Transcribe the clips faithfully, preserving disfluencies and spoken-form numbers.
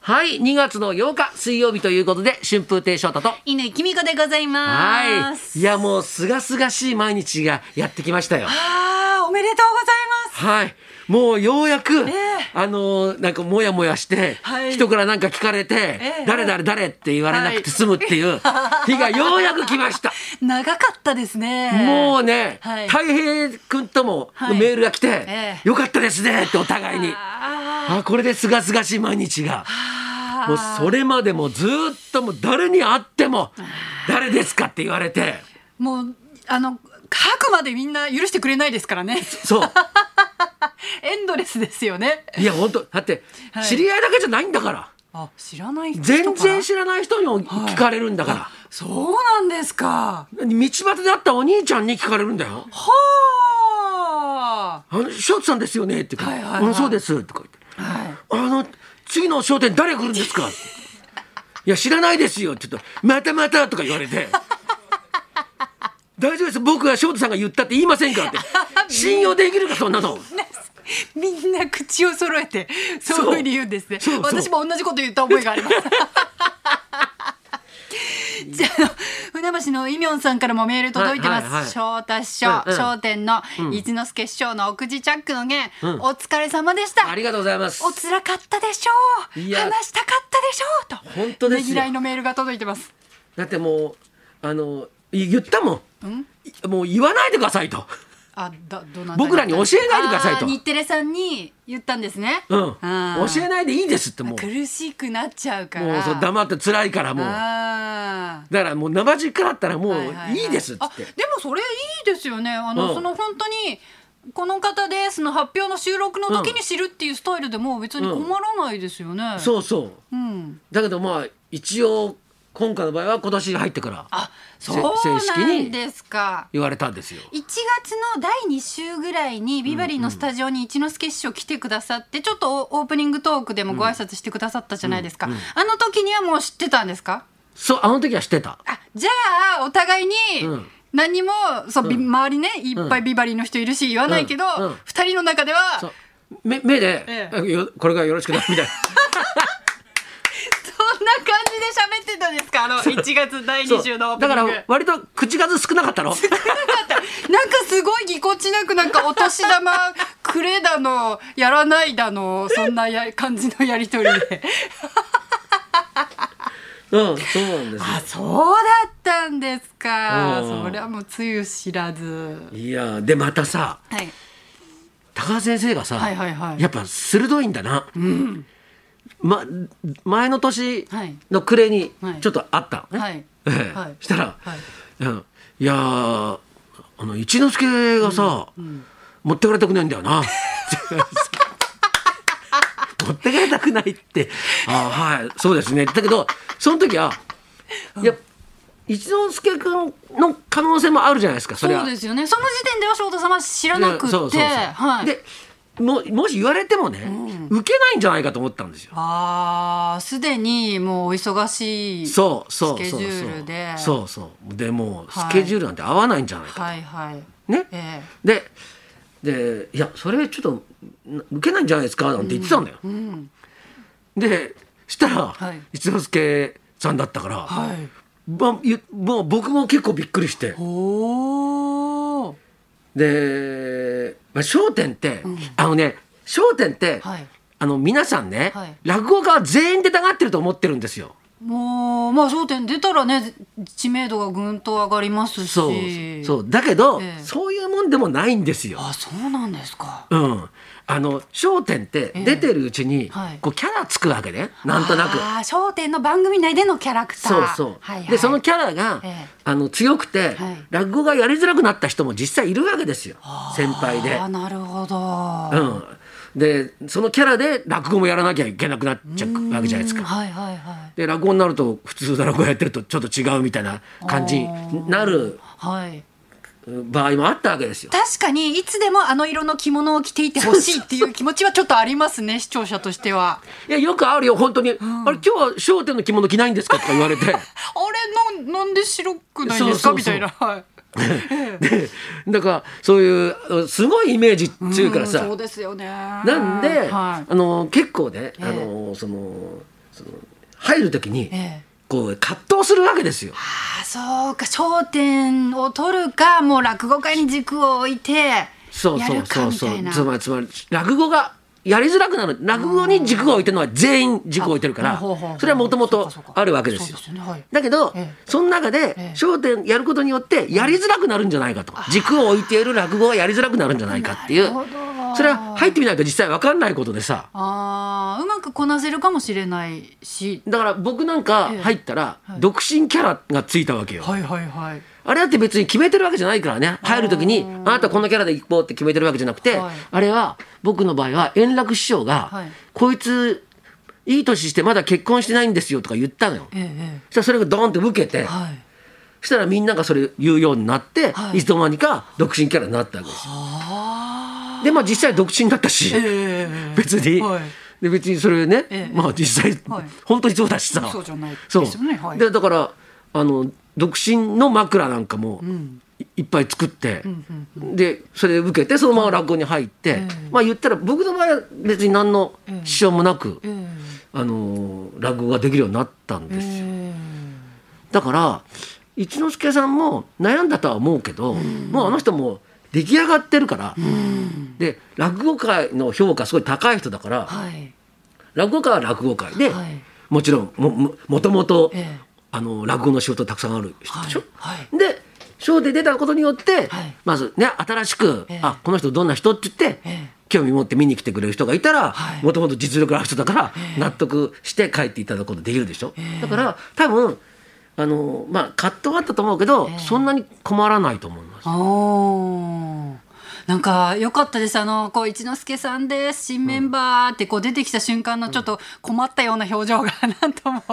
はい、にがつのようか水曜日ということで、春風亭昇太と乾きみこでございます。 はい、いやもうすがすがしい毎日がやってきましたよ。 あー、おめでとうございます。 はい、もうようやく、 えー、 あのー、なんかもやもやして、はい、人からなんか聞かれて、えー、誰誰誰って言われなくて済むっていう日がようやく来ました。 長かったですね。 もうね、 はい、 たい平君ともメールが来て、はいえー、よかったですねってお互いに、あ、これですがすがしい毎日がもうそれまでもずっともう誰に会っても誰ですかって言われて、 もうあの書くまでみんな許してくれないですからね。 そうエンドレスですよね。 いや本当だって知り合いだけじゃないんだから、 はい、あ、知らない人全然知らない人にも聞かれるんだから、はい、 そうなんですか。 道端で会ったお兄ちゃんに聞かれるんだよ。 はあ、 あのショートさんですよねって言うから、はいはいはい、うん、そうですとか言って、はい、あの次の商店誰来るんですかいや知らないですよって言うとまたまたとか言われて大丈夫です、僕は翔太さんが言ったって言いませんからって信用できるかそんなのみんな口を揃えてそういうふうに言うんですね。そうそう、私も同じこと言った覚えがありますじゃあ船橋のイミョンさんからもメール届いてます。はいはいはい、翔太師匠、うんうん、笑点の一之輔師匠の奥地チャックの件、うん、お疲れ様でした。 ありがとうございます。 お辛かったでしょう、話したかったでしょうと本当ですよ、ねぎらいのメールが届いてます。 だってもうあの言ったもん、んもう言わないでくださいと、あだどな僕らに教えないでくださいと日テレさんに言ったんですね。 うん、教えないでいいですって、もう苦しくなっちゃうから、 もうそう黙って辛いからもうあだからもう生実家だったらもういいですって、はいはいはい、 あでもそれいいですよね。あの、うん、その本当にこの方ですの発表の収録の時に知るっていうスタイルでも別に困らないですよね。うん、 そうそう、 うん、 だけどまあ一応今回の場合は今年入ってからあそうなんですか言われたんですよ。 いちがつのだいに週ぐらいにビバリーのスタジオに一之輔師匠来てくださって、ちょっとオープニングトークでもご挨拶してくださったじゃないですか、うんうんうん、あの時にはもう知ってたんですか？ そうあの時は知ってた。 あじゃあお互いに、うん何もそう、うん、周りねいっぱいビバリーの人いるし言わないけど、うんうん、ふたりの中では目, 目で、ええ、これがよろしくなみたいなそんな感じで喋ってたんですか？あのいちがつだいに週のオープニング。 だから割と口数少なかったの？ 少なかった。なんかすごいぎこちなくなんかお年玉くれだのやらないだのそんなや感じのやり取りでうん、そうなんですよ。 あ、そうだったんですか。それはもうつゆ知らず。 いやでまたさ、はい、高田先生がさ、はいはいはい、やっぱ鋭いんだな、うんま、前の年の暮れにちょっとあったのね、はいはいはい、したら、はい、いや、いやあの一之輔がさ、うんうん、持ってかれたくないんだよな持ってかれたくないってあはいそうですねだけどその時はいや一之輔君の可能性もあるじゃないですか。それはそうですよね。その時点では翔太様知らなくて、そうそうそう、はい、 で も, もし言われてもね、うん、受けないんじゃないかと思ったんですよ。 あすでにもうお忙しいスケジュールでそうそうでもうスケジュールなんて合わないんじゃないかと、はいはいはいねえー、ででいやそれちょっと受けないんじゃないですかなんて言ってたんだよ、うんうん、でしたら、はい、一之輔さんだったから、はいま、もう僕も結構びっくりしておで、まあ、笑点って、うん、あのね笑点って、はい、あの皆さんね、はい、落語家は全員出たがってると思ってるんですよ。 もうまあ笑点出たらね知名度がぐんと上がりますしそうそうだけど、ええ、そういうもんでもないんですよ。 あそうなんですか。 うんあの笑点って出てるうちに、えはい、こうキャラつくわけねなんとなく。 あ笑点の番組内でのキャラクターそうそう、はいはい、でそのキャラが、えあの強くて、はい、落語がやりづらくなった人も実際いるわけですよ先輩で。 あなるほど、 うんでそのキャラで落語もやらなきゃいけなくなっちゃうわけじゃないですか、はいはいはい、で落語になると普通の落語やってるとちょっと違うみたいな感じになる、はい、場合もあったわけですよ。 確かにいつでもあの色の着物を着ていてほしいっていう気持ちはちょっとありますね視聴者としては。 いやよくあるよ本当に、うん、あれ今日は笑点の着物着ないんですかとか言われてあれな, なんで白くないんですかみたいなでだからそういうすごいイメージ強いからさ、 うん、そうですよね。 なんで、はい、あの結構ねあのそのその入る時にこう葛藤するわけですよ。 ああ、そうか、焦点を取るか、もう落語家に軸を置いてやるかみたいな。 つまりつまり落語がやりづらくなる。落語に軸を置いてるのは全員軸を置いてるから、それはもともとあるわけですよ。だけど、その中で笑点やることによってやりづらくなるんじゃないかと、軸を置いている落語がやりづらくなるんじゃないかっていう、それは入ってみないと実際分かんないことでさ、 あ、うまくこなせるかもしれないし、 だから僕なんか入ったら独身キャラがついたわけよ。 はいはいはい。 あれだって別に決めてるわけじゃないからね。入る時にあなたこのキャラで行こうって決めてるわけじゃなくて、はい、あれは僕の場合は円楽師匠が、はい、こいついい年してまだ結婚してないんですよとか言ったのよ、ええ、そしたらそれがドーンって受けて、はい、そしたらみんながそれ言うようになって、はい、いつの間にか独身キャラになったわけですよ。でまあ実際独身だったし、ええ、別に、はい、で別にそれね、ええ、まあ実際、はい、本当にそうだしさ、 そうじゃないですよね。 そうでだからあの独身の枕なんかもいっぱい作って、うん、でそれで受けてそのまま落語に入って、はい、まあ言ったら僕の場合は別に何の支障もなく、えー、あの落語ができるようになったんですよ、えー、だから一之輔さんも悩んだとは思うけど、うん、もうあの人も出来上がってるから、うん、で落語界の評価すごい高い人だから、はい、落語界は落語界で、はい、もちろん も, も, もともと、えーあの落語の仕事たくさんある人でしょ、はいはい、で笑点出たことによって、はい、まずね新しく、えー、あこの人どんな人って言って、えー、興味持って見に来てくれる人がいたらもともと実力ある人だから、えー、納得して帰っていただくことできるでしょ、えー、だから多分あの、まあ、葛藤はあったと思うけど、えー、そんなに困らないと思います。 あなんか良かったです。あのこう一之輔さんです新メンバーってこう出てきた瞬間のちょっと困ったような表情がなんとも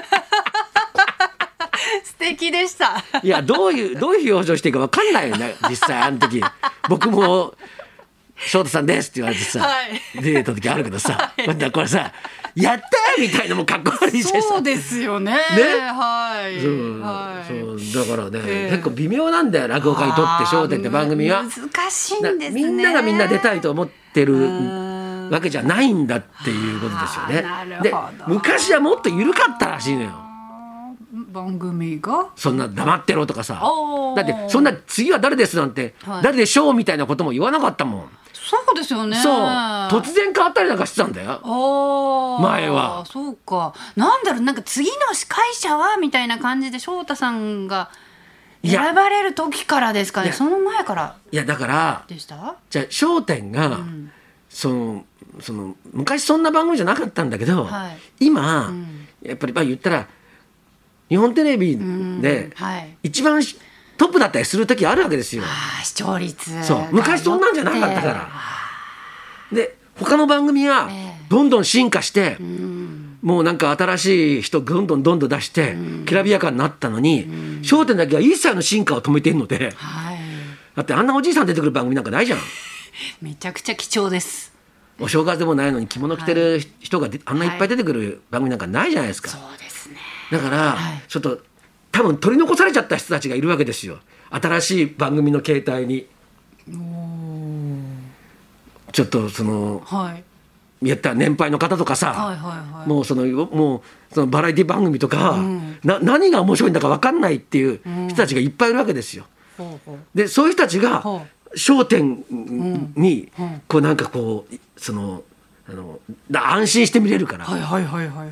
素敵でした。 いやどういうどういう表情していいか分かんないよね実際あの時僕も翔太さんですって言われてさ、はい、出てた時あるけどさ、はい、だこれさやったーみたいなもかっこ悪いしさ、 そうですよね。ね、はい、 そうはい、そうだからね、えー、結構微妙なんだよ落語家にとって笑点って番組は難しいんですね。 みんながみんな出たいと思ってるわけじゃないんだっていうことですよね。で昔はもっと緩かったらしいのよ番組が。 そんな黙ってろとかさ、だってそんな次は誰ですなんて、はい、誰でしょうみたいなことも言わなかったもん。 そうですよね。 そう突然変わったりなんかしてたんだよ前は。 そうか、なんだろう、なんか次の司会者はみたいな感じで翔太さんが選ばれる時からですかね。その前からいやだからでした。 じゃあ笑点が、うん、そのその昔そんな番組じゃなかったんだけど、はい、今、うん、やっぱりまあ言ったら日本テレビで一番トップだったりする時あるわけですよ。 あ視聴率そう昔そんなんじゃなかったから。で他の番組はどんどん進化して、えー、もうなんか新しい人どんどんどんどん出してきらびやかになったのに、笑点だけは一切の進化を止めているので、はい、だってあんなおじいさん出てくる番組なんかないじゃんめちゃくちゃ貴重です。 お正月でもないのに着物着てる人があんないっぱい出てくる番組なんかないじゃないですか、 はい、そうですね。 だから、はい、ちょっと多分取り残されちゃった人たちがいるわけですよ新しい番組の形態に。ちょっとその、はい、やった年配の方とかさ、はいはいはい、もうそのもうそのバラエティ番組とか、うん、な何が面白いんだか分かんないっていう人たちがいっぱいいるわけですよ、うん、でそういう人たちが笑点にこうなんかこうそのあの安心して見れるから、はいはいはいはいはい、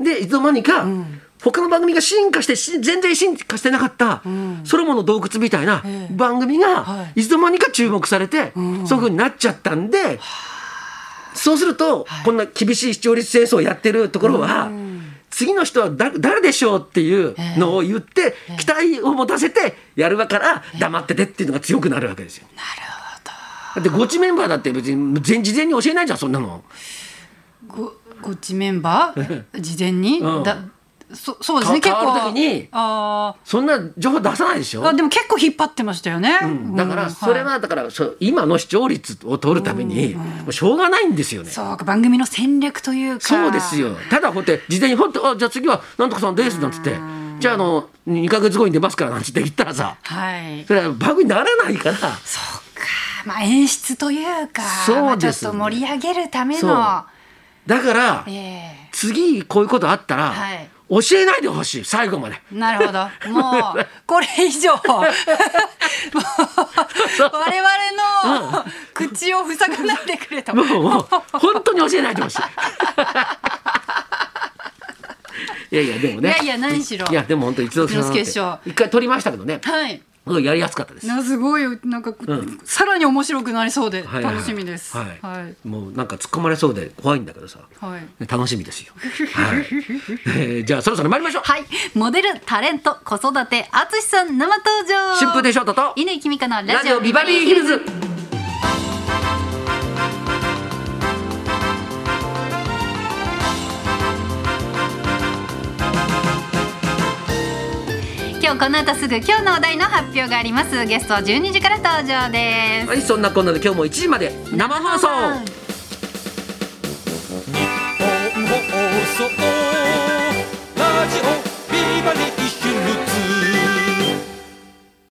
でいつの間にか、うん、他の番組が進化して全然進化してなかった、うん、ソロモンの洞窟みたいな番組が、はい、いつの間にか注目されて、うん、そういう風になっちゃったんで、うん、そうすると、はい、こんな厳しい視聴率戦争をやってるところは、うん、次の人は 誰, 誰でしょうっていうのを言って、えー、期待を持たせてやるわから黙っててっていうのが強くなるわけですよ。 なるほど。 だってゴチメンバーだって別に事前に教えないじゃんそんなの。 ごゴチメンバー事前に、うん、だそそうですね結構変わる時にあそんな情報出さないでしょ。 あでも結構引っ張ってましたよね、 うん、だからそれは、うん、だからそ今の視聴率を取るために、うんうん、もうしょうがないんですよね。 そうか番組の戦略というか。 そうですよ。ただこうやって事前にほんとあじゃあ次はなんとかさんですなんつってじゃああのにかげつごに出ますからなんつって言ったらさ、はい、それは番組にならないから。 そうか、まあ、演出というかそうです、ね、まあ、ちょっと盛り上げるためのだから、えー、次こういうことあったら、はい、教えないでほしい、最後まで。 なるほど、もうこれ以上もう我々の口を塞がないでくれと、 もうもう本当に教えないでほしいいやいやでもね、 いやいや何しろ、 いやでも本当に一度決勝一回取りましたけどね、はい、やりやすかったです。 なすごいなんか、うん、さらに面白くなりそうで楽しみです。 はいはいはいはい、もうなんか突っ込まれそうで怖いんだけどさ、はい、楽しみですよ、はいえー、じゃあそろそろ参りましょう。 はい、モデルタレント子育て淳さん生登場。 春風亭昇太と乾きみかのラジオビバリーヒルズ。 今日この後すぐ今日のお題の発表があります。ゲストはじゅうにじから登場です。 はい、そんなこんなで今日もいちじまで生放送。